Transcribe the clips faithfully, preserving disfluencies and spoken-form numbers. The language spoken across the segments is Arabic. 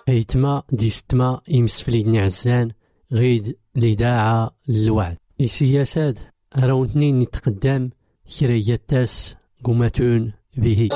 ايتما ديستما يمسفليدني عزان غيد لداعة للوعد السياسات راون اثنين نتقدم كرية تاس قومتون به.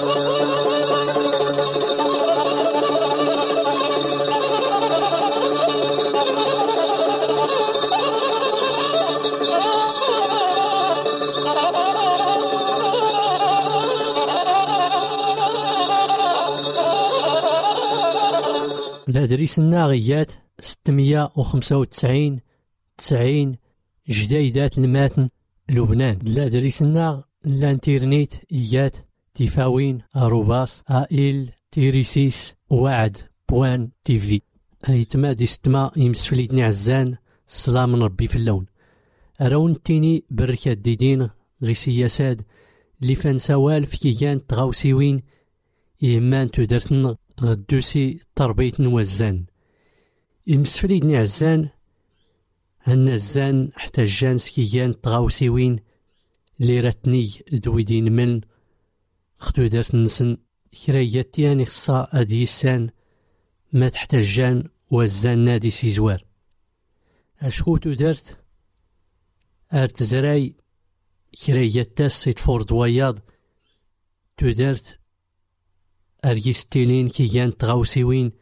الأدريسنا غيات ستمية وخمسة وتسعين تسعين جديدات الماتن لبنان. الأدريسنا الانترنت إيات تفاوين أروباس آئل تيريسيس وعد بوان تيفي. أيتما ديستما يمسفليدني عزان السلام من ربي في اللون. أراون تيني بركة ديدين غي سياسات اللي فان سوال في كيان تغاوسيوين إيمان تدرتن غدوسي تربيت نوزان. يمسفليدني عزان هن الزان حتى جان سكيان تغاوسيوين اللي راتني دويدين من ختو دارت نسن كرايات تياني خصا أديسان ما تحتاجان وزان نادي سيزوار. أشكو تدرت أرتزراي كرايات تاس يتفور دوياض تدرت أريستيلين كيان تغاوسيوين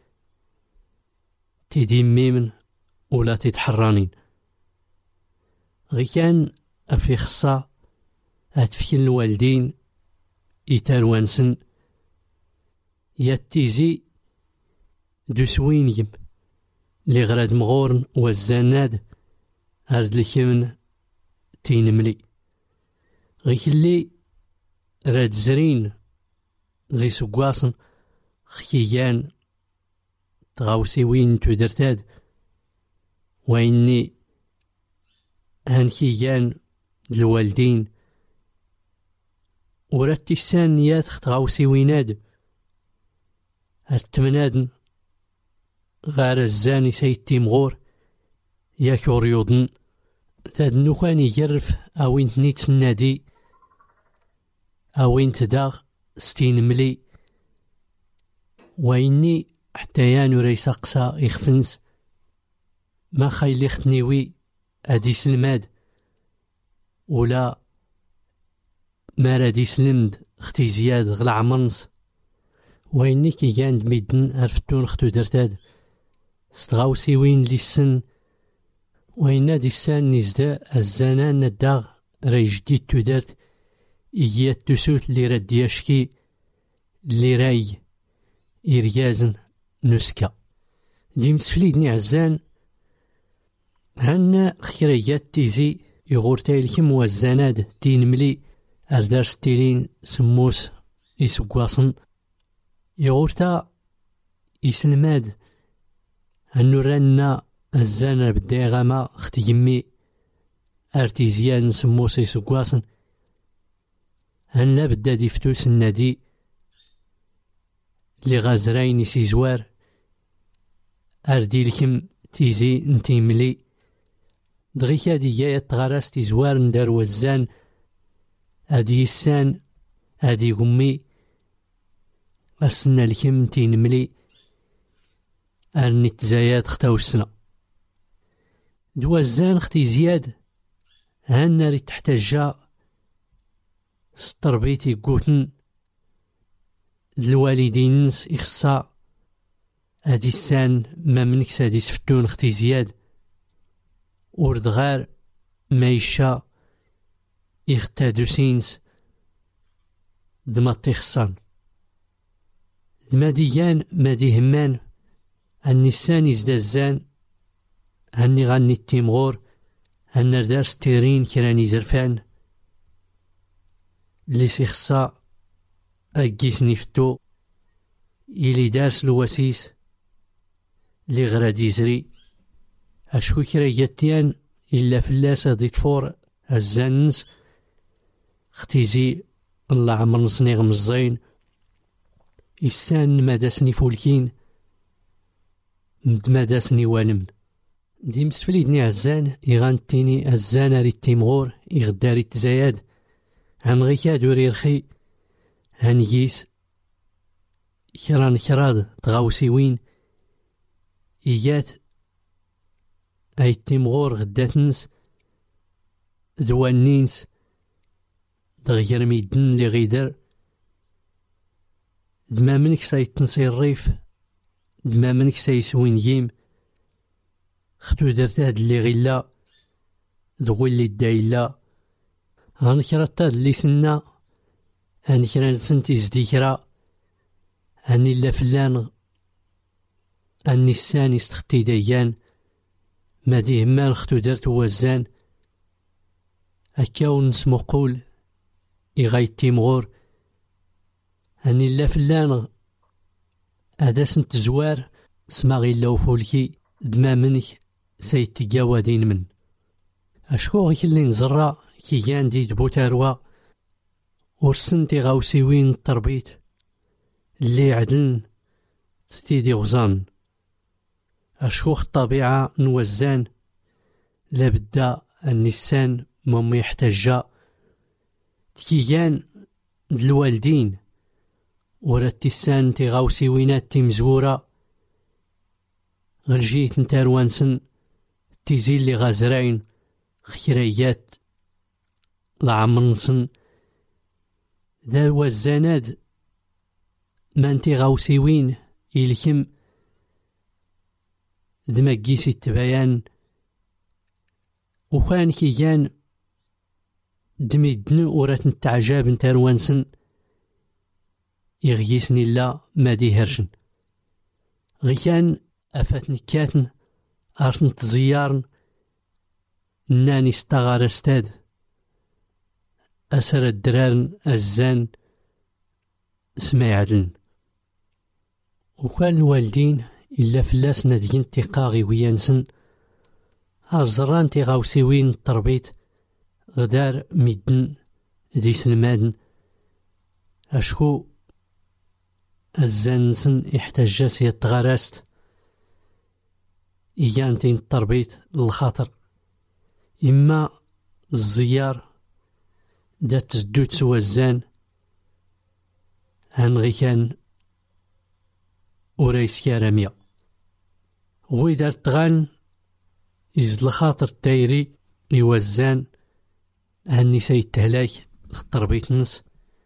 تيدي ميمن ولا تتحرانين غي كان أفي خصا أتفكين الوالدين إتاروانسن ياتيزي دوسوين يم لي غراد مغورن والزاناد هرد الكمن تينملي غي كلي راد زرين غي سقواصن خيان تغاوسيوين تودرتاد وإني هنكيان الوالدين ورات السانيات تغاوسيويناد التمنادن غار الزاني سيتي مغور ياكو ريوضن تادنو كان يجرف أوين تنيت النادي أوين تداغ ستين ملي وإني حتى يانو ريس أقصى يخفنس ما خيلي ختنيوي أدي سلماد ولا ما رادي سلمد اختي زياد غلا عمرنس وإني كي كان دميدن أرفتون ختو درتاد ستغاوسيوين لي السن وإنا دي السان نزدا الزانان نداغ راي جديد تدرت إيات تسوت اللي راد يشكي اللي راي إريازن نسكا دي مسفليدني عزان هنا خيريات تيزي يغور تايلكم والزاناد تين ملي أردار ستيلين سموس يسقواصن يغورتا يسلماد هنو رانا الزانا بداي غاما اختي يمي ارتيزيان سموس يسقواصن هنا بدا ديفتوس النادي اللي غازراين يسيزوار اردي لكم تيزي نتي ملي دغيكا ديا تغراس تيزوار ندار وزان ادي السان ادي قمي أسنا لكم تين ملي أرني تزايد ختاو السنة دوازان اختي زياد هانا ري تحتاجا ستربيتي قوتن الوالدين نس إخصا هادي السان ما منكس هادي سفتون اختي زياد وردغار ما يشا يختادو سينس دماطي خصان دماديان مادي همان النسان يزدازان هني غاني التيمغور هنردار ستيرين كراني زرفان اللي سيخصا أجيس نفتو إلي دارس الواسيس اللي غراد يزري أشوي كرياتيان إلا فلاسة دي تفور الزانس اختيزي الله عمر نصنيغ مزين إسان ماداسني فولكين مدماداسني والم دي مسفليدني عزان يغانتيني الزان ري التيمغور يغداري التزايد هنغيكا دوري رخي هنجيس كران كراد تغاوسيوين إيات أي تيمغور غداتنس دوانينس دغير ميدن لي غيدر دما منك سايتنسي الريف دما منك سايسوين جيم ختو درت هاد اللي غيلا دغول اللي دايلا غنكرا اللي سنا هاني كرا نسنتي زديكرا هاني لا فلان هاني الساني استختي ديان ما ديه ما نختو درت وزان هكا ونسمو قول إغاي تيمغور هاني لا فلان هذا سنت زوار سما غيلا وفولكي دما منك سيتقاوى دين من أشكو غيك اللي نزرع كي كان دي دبوتاروا ورسنتي غاوسيوين التربيت اللي عدلن تتيدي غزان أشوخ الطبيعة نوزان لابد النسان مم يحتاجا تكيان الوالدين وراتيسان تي غاوسيوينات تي مزورة غلجيت نتاروانسن تيزيل لي غازرين خيريات لعمرنسن ذا وزاناد مانتي غاوسيوين إلكم دماكيسي التبايان وخان كيان دميدن ورات نتعجاب نتاروانسن يغيسني لا ما ديهرشن غيان أفاتني كاتن أرتن تزيارن ناني استغار استاد أسر الدرارن الزان سماي عدلن وكان الوالدين إلا فلاس نادين تيقاغي ويانسن أرزران تيغاوسيوين التربيت غدار ميدن دي سلمادن أشكو الزانسن احتاجاس يتغراست إيان تين التربيت للخاطر إما الزيار دا تزدوت سوا الزان هنغي كان وريس كارميا ويدار تغان إز الخاطر التايري يوزان هني سيتهلاك التربيت نس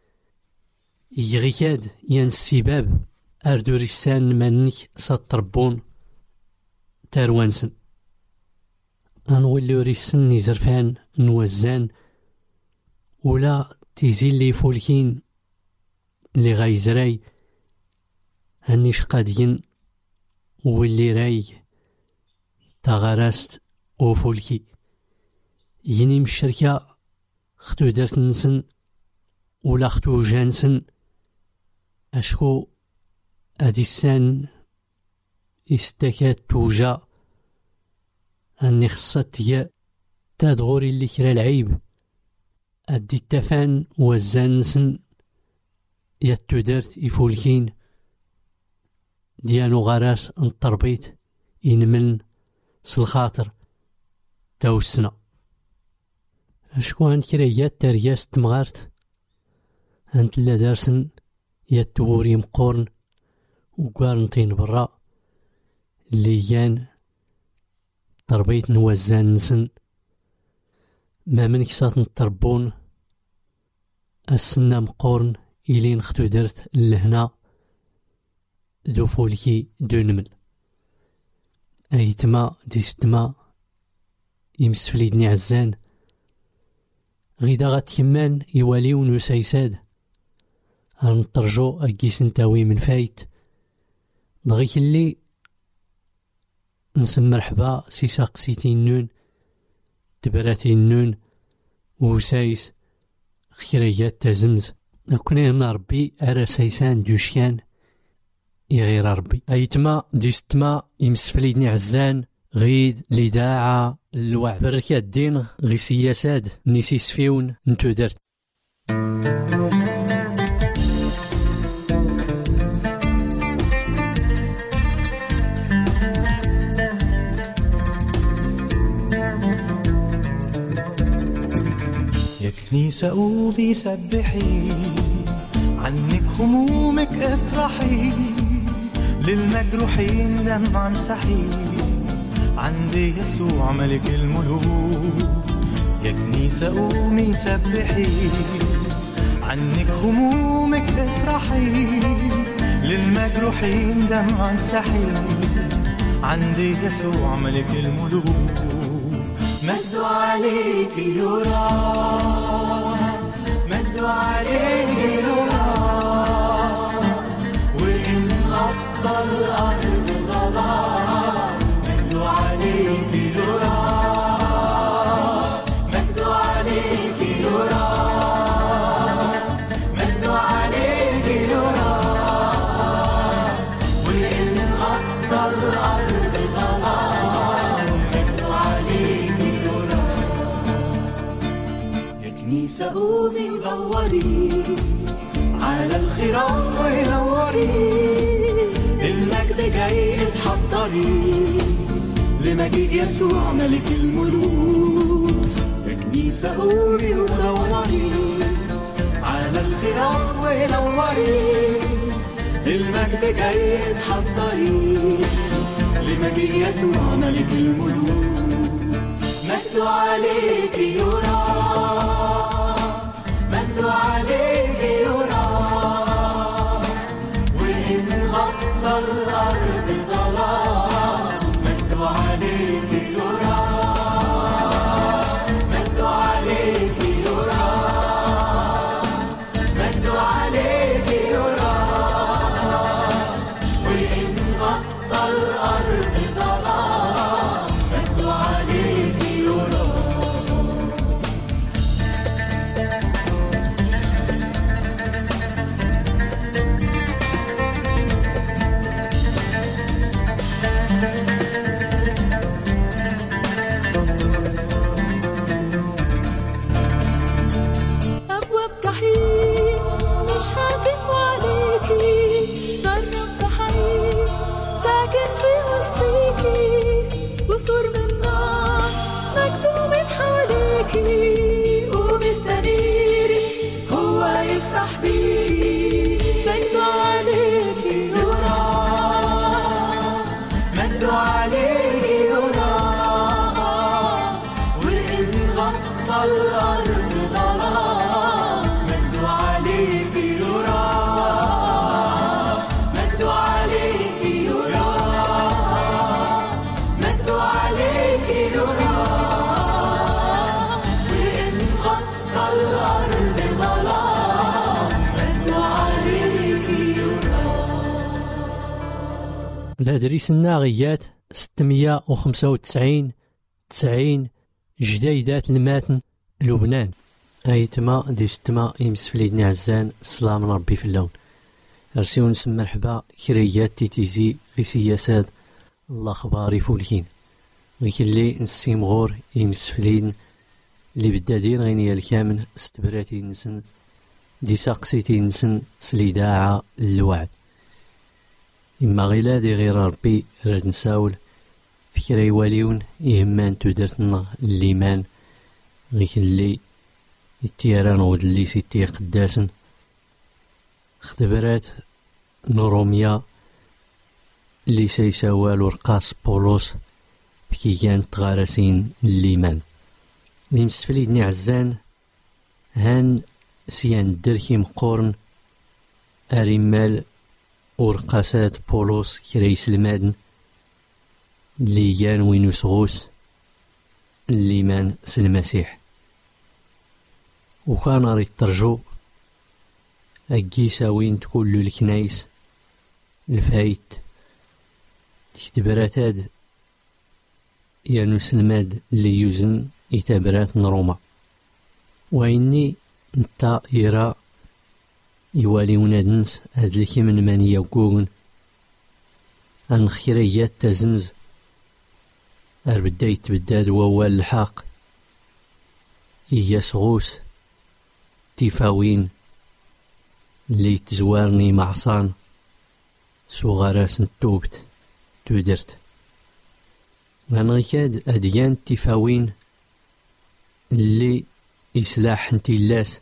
يغيكاد ين السباب أردو ريسان منك ساتربون تاروانسن أنولي ريسن نزرفان نوزان ولا تيزيل لي فولكين اللي غايزراي هني شقادين واللي راي تغرست وفولكي يني من الشركة ختو درت نسن ولا ختو جانسن أشكو أديسان استكات توجا أني خصت يا تادغوري اللي كرا العيب أدي التفان والزانسن ياتو درت يفولكين ديانو غراس انطربيت ينمن سالخاطر تاوسنا أشكو هان كريات تارياس تمغارت هانت لا دارسن ياتو غوري مقورن وقارنطين برا اللي يان تربيت نوزان نسن ما منك سات نتربون السنة مقورن إلين ختو درت لهنا دو فولكي دو نمل أيتما ديستما يمسفليدني عزان غيدا غات يمان يواليون وسايساد غنطرجو أكيس نتاوي من فايت دغيك اللي نسم مرحبا سي ساقسيتين نون تبراتين نون وسايس خيريات تازمز أكوني من ربي أرى سايسان دوشيان يغير ربي أيتما ديستما يمسفليدني عزان غيد لداعة الوعب بركة الدين غي سياساد نيسيس فيون نتو درت يا كنيسة قومي سبحي عنك همومك اطرحي للمجروحين دمع مسحي عندي يسوع ملك الملوك. يا كنيسة قومي سبحي عنك همومك اطرحي، للمجروحين دمع مسحي عندي يسوع ملك الملوك. مجد عليك يرى، مجد عليك يرى، وإن غطى الأرض ظلام مجد عليك يرى، مجد عليك يرى، مجد عليك يرى، وإن غطى الأرض ظلام مجد عليك يرى. يا كنيسة قومي دوري على الخراف ونوري، المجد جاي تحضري لمجيء يسوع ملك الملوك. يا كنيسة قومي ودوري على الخراف ونوري، المجد جاي تحضري لمجيء يسوع ملك الملوك. مجد عليك يرى، مجد عليك يرى، وإن غطى الأرض ظلام مجد عليك يرى، مجد عليك يرى، مجد عليك يرى، وإن غطى الأرض ظلام مجد عليك يرى. أبواب جحيم مش هتقف عليكي، ده الرب حي ساكن في وسطيكي، وسور من نار مكتوبين حواليكي، ومستنيري هو يفرح بيكي. مجد عليكي يرى، مجد عليك يرى، وإن غطى الأرض ظلام مجد عليك يرى، مجد عليك يرى، مجد عليك يرى، وإن غطى الأرض ظلام مجد عليك يرى. الأدريس الناغيات ستمية وخمسة وتسعين تسعين جديدات الماتن لبنان. أيتما دي ستما يمس فليدني عزان السلام ربي في اللون رسيو نسمى مرحبا كريات تيتيزي غي سياسات الله خباري فولكين غيكي اللي نسيم غور يمس فليدن اللي بدادين غيني الكامن استبراتي نسن دي ساقسيتي نسن سليداعة الوعد. إما غيلا دي غير ربي راد نساول فكرة يواليون يهمان تودرتنا الليمان غيك اللي التيران ود اللي سيتي قداسن اختبارات نوروميا اللي سيساوال ورقاص بولوس فكي كانت تغارسين الليمان ميمسفليدني عزان هان سيان دركي مقورن أريمال ورقاسات بولوس كريس المادن اللي كان وينو سغوس الليمان سلمسيح وكان ريت ترجو أجيسا وين تقول الكنايس الفايت تكتبراتاد يانو سلماد اللي يوزن يتابرات نروما وإني نتا يرى يوالي ونادنس هاد لكي من مانيا وكوغن عن خيريات تزمز أربدايت بداد ووال الحاق إيا سغوس تيفاوين اللي تزوارني معصان سوغاراس نتوبت تودرت غنغيكاد أديان تيفاوين اللي إسلاح نتيلاس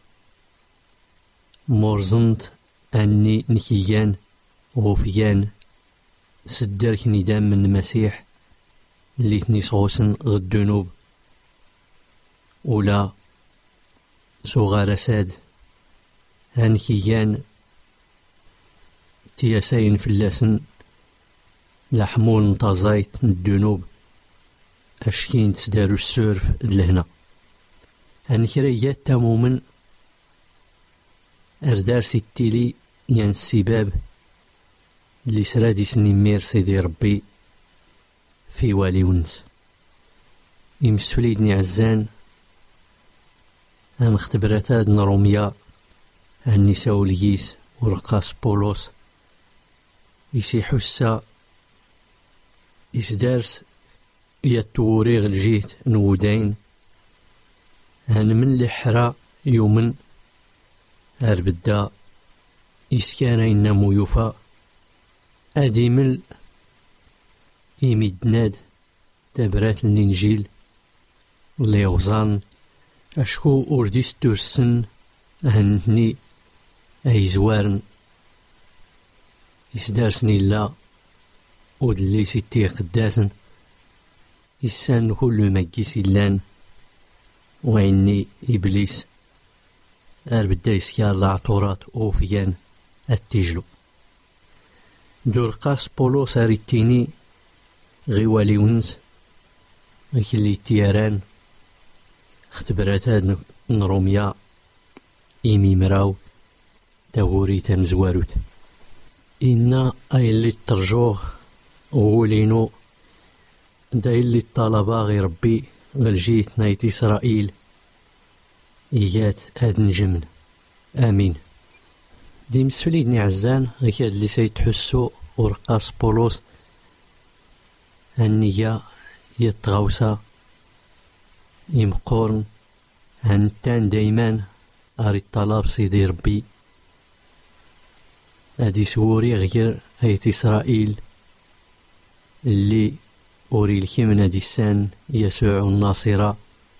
مورزنت أني نكيان غوفيان سدرك ندام من المسيح اللي تنيسغوسن غد الذنوب ولا صغار ساد هانكيان تياسين فلاسن لحمول نتازايت الذنوب اشكين تسدارو السورف لهنا هانكريات تمومن اردار ستيلي ين السباب اللي سرادي سني مير سيدي ربي في والي ونس يمسفليدني عزان هان اختبرات هاد نروميا هان نساو اليس ورقاس بولوس يسيحو السا يسدارس يتوريغ الجيت نودين هان من الحرا يومن هربدا يسكانا ينامو يوفا اديمل يميدناد تبرات الانجيل اللي غزان اشكو اورديس تورسن هنتني اي زوارن يسدارسني لا ودلي ستي قداسن يسان كل مجيس اللان وعيني ابليس اربدا يسكار العطورات اوفيان التجلو دورقاس بولو ساريتيني غيوالي ونس غيكلي تياران اختبرات هاد نروميا إيمي مراو تاغوري تمزواروت إنا أي اللي ترجوه وولينو دا اللي الطلبة غي ربي غلجيت نايت إسرائيل إيات هاد نجمن آمين دي مسفليدني عزان غيك هاد اللي سيتحسو ورقاس بولوس هنيا يتغوصا يمقورن هنتان دايما أري الطلاب سيدي ربي هادي سوري غير هيت إسرائيل اللي أوري الكيمن هادي السان يسوع الناصرة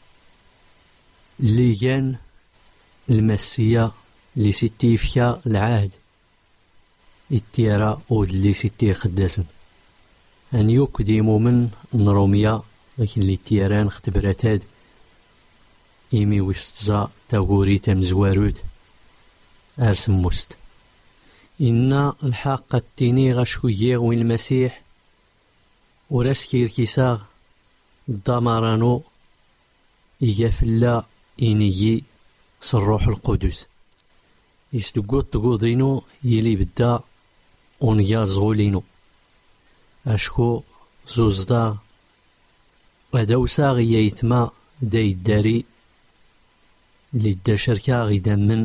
اللي كان المسيا اللي ستي فيا العهد التيرا ودلي ستي قداسن أن يقدموا من نروميا لكن اللي تيران اختبراتاد إيمي وستزا تاغوري تمزواروت أرسم موست إن الحق التيني غشوية وين المسيح وراسكير كيساغ الدمرانو إيافلا إنيي صروح القدس يستقود تقوضينو يلي بدا ونيا زغولينو أشكو زوزدا ودوسا غيايتما داي الداري اللي دا شركا غيدا من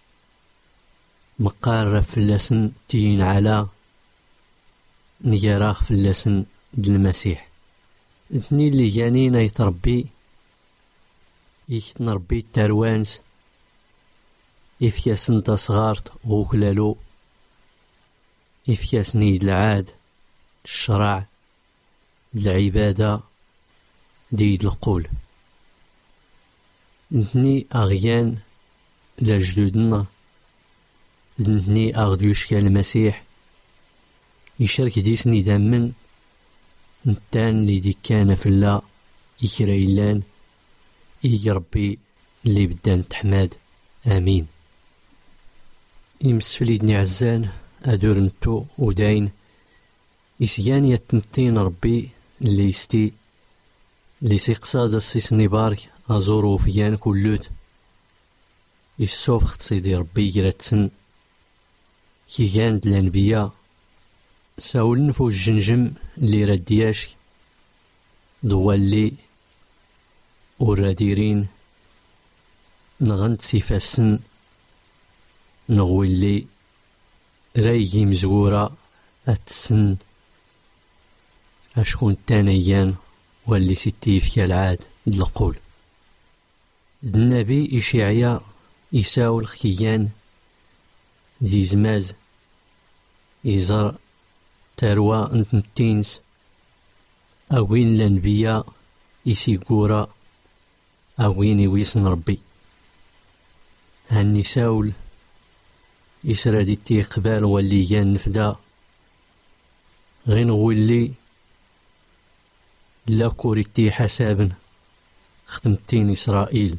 مقار فلاسن تين على نياراخ فلاسن المسيح اثنين اللي جانين يتربي يكتنربي التروانس إفكاسن تصغارت وكلالو إفكاسني العاد الشرع العبادة ديد القول نتني أغيان لجدودنا نتني أغديوش كالمسيح يشارك ديسني دامن نتان لي دي كان في الله يكريلان إيجي ربي اللي بدان تحماد آمين يمسفليدني عزان أدور نتو وداين إسيان يتمتين ربي اللي يستي اللي سيقصاد السيسني بارك أزورو فيان كلوت يسوف سيدي ربي جراتسن كي كانت الأنبياء ساولن فو الجنجم اللي ردياش دوالي وراديرين نغنت سيفاسن نغولي رايجي مزورة أتسن أشكون تانيان واللي ستي في العاد القول النبي إشعيا يساول خيان ذي زماز يزر تروى انتنتينس أوين الأنبياء يسيقورا أوين يويسن ربي هاني ساول يسرى دي قبال واللي جان نفدا غير نولي لا كوريتي حسابا خدمتين إسرائيل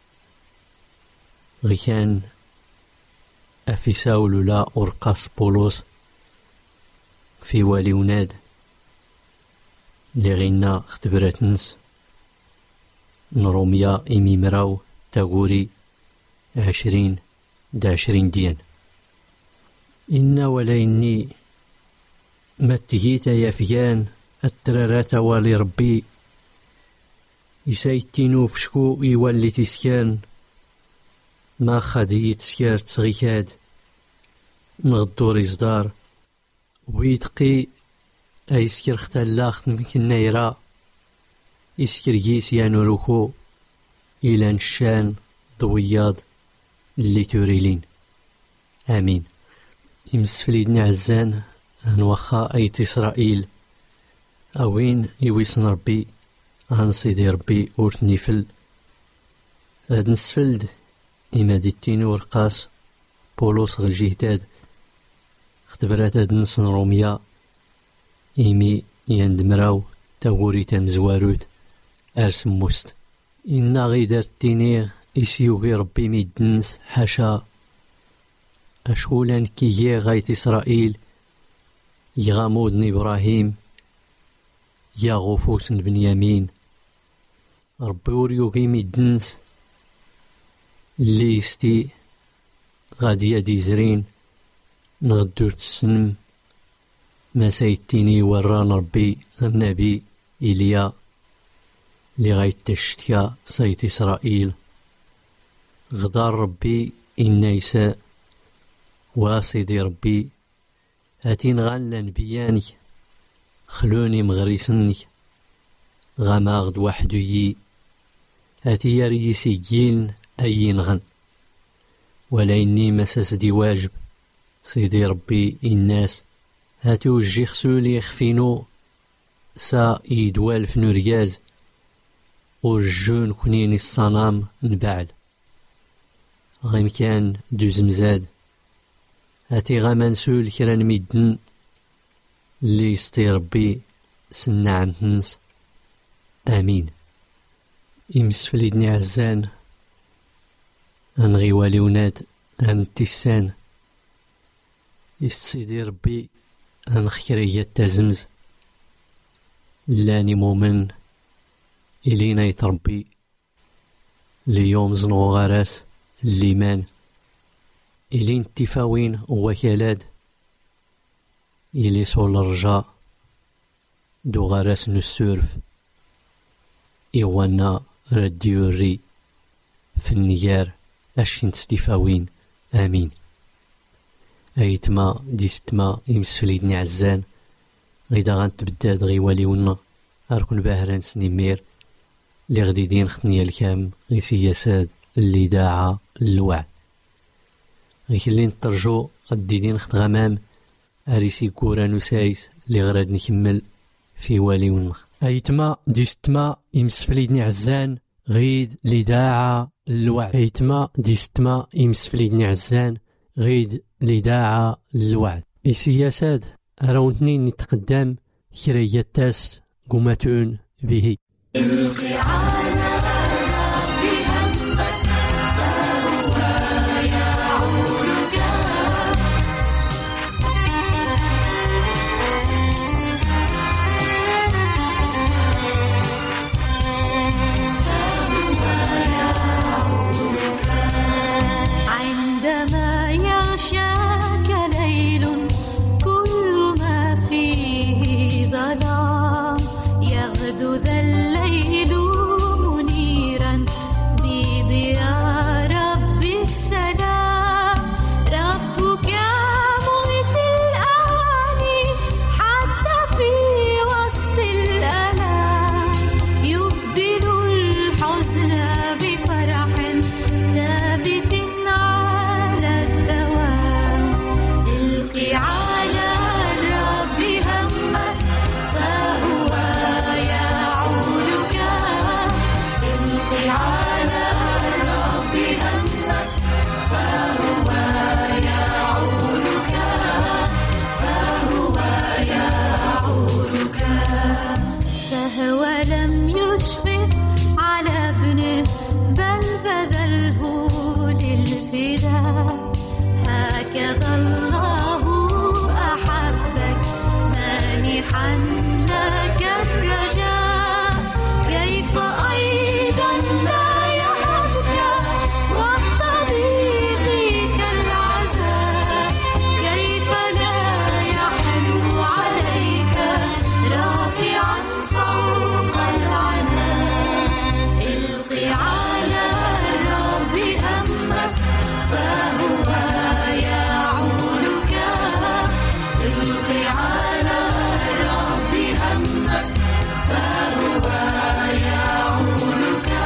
غي كان أفي ساول لا أرقاس بولوس في والي وناد لغينا اختبراتنس نروميا إمي مراو تاغوري عشرين دا عشرين ديان إنا ولا إني ما تجيت يا فيان الترارات والي ربي يسايتينو فشكو يولي تسكان ما خدي تسكار تسغيكاد نغدو ريزدار ويتقي ايسكر ختالاخت مكنا يرا يسكر جيس يانوروكو إلى نشان ضوياض اللي توريلين آمين. يمسفليدني عزان هنوخا أيت إسرائيل أوين يويسن ربي عن صيدي ربي ورتنيفل راد نسفلد إما ديتين ورقاس بولوس غالجهداد اختبرات هاد نسن روميا إيمي يندمراو تاغوري تامزوارود أرسم موست إنا غيدار تينيغ إسيوغي ربي ميدنس حاشا أشغولان كي غايت إسرائيل يغامودن إبراهيم يا غفوس بنيامين ربي وريوغي ميدنس اللي يستي غادي يدي زرين نغدور تسنم ما سيتيني وران ربي النبي إليا اللي غايتشتيا سيت إسرائيل غدار ربي إنا يساء واسيدي ربي هاتين غالا بياني خلوني مغريسني غماغد وحدي هاتي يريسي جيلن أي نغن ولا إني مساس دي واجب سيدي ربي الناس هاتو جي خسولي يخفينو سا يدوال فنورياز ورجون كنيني الصنام نبعل غيم كان دو زمزاد هاتي غامان سول كران ميدن اللي يستي ربي سنة عمتنس آمين. يمسفليدني عزان أنغي والي وناد أن تيسان يستيدي ربي أن خيرية تازمز لاني مؤمن إلينا يتربي ليوم زنو غراس الليمان إلين تفاوين وكالاد إلي سول الرجاء دو غراس نسورف إيوانا رديوري في النيار أشين تستفاوين آمين. أيتما ديستما يمسفليدني عزان غيدا غنتبداد غي واليونا أركن باهران سنيمير لي غديدين ختنيا الكام غي سياسات اللي داعا اللوعد غي كلي نترجو غديدين خت غمام أريسي كوران وسايس لي غراد نكمل في واليونا. أيتما ديستما يمسفليدني عزان غيد لي داعا اللوعد أيتما ديستما يمسفليدني عزان غيد لي داعا اللوعد السياسات أراونتنين نتقدم كرية تاس قمتون به القي على ربي همك فهو يعولك عندما يغشاك ليل كل ما فيه ظلام يغدو ذا الليل منيرا بضياء رب السلام ربك مهت الأعاني حتى في وسط الألام يبدل الحزن بفرح ثابت على الدوام القي على الرب همك لك الرجاء كيف أيضا لا يهبك والطريق كالعذاب كيف لا يحلو عليك رافعا فوق العناء القي على الرب همك فهو يعولك القي على الرب همك فهو يعولك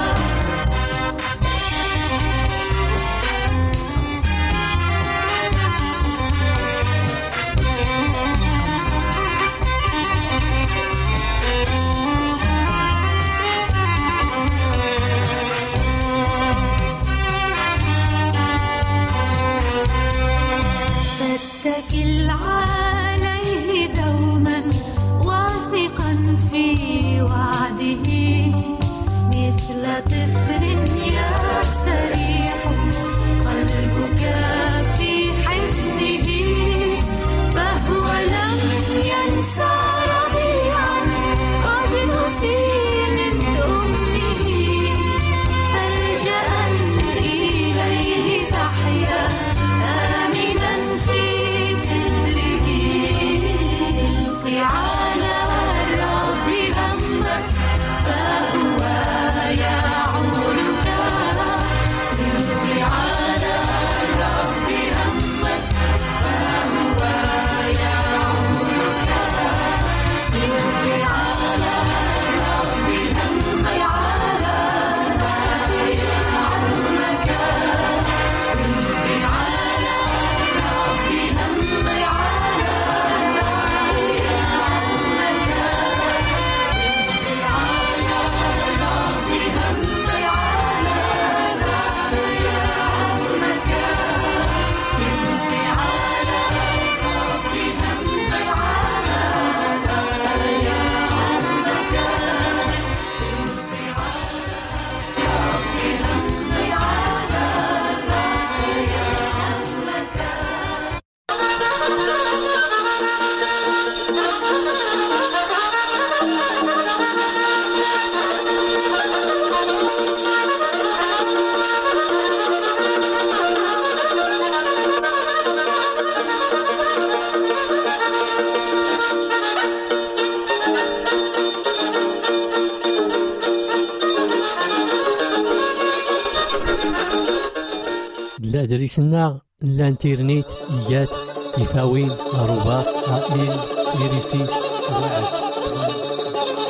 فاتكل عليه دوما واثقا في وعده مثل طفل يستريح قلبك في حضنه فهو لم ينسى رضيعا قد نسي من أمه فالجأ إليه تحيا آمنا في ستره القي على الرب همك فهو يعولك القي على الرب همك فهو يعولك القي على الرب همك على الرب يعولك القي على الرب همك على الرب يعولك القي على الرب همك على الرب يعولك القي على الرب همك على لا دريسنا الانترنت إيات تفاوين أروباس آئل تيريسيس وعد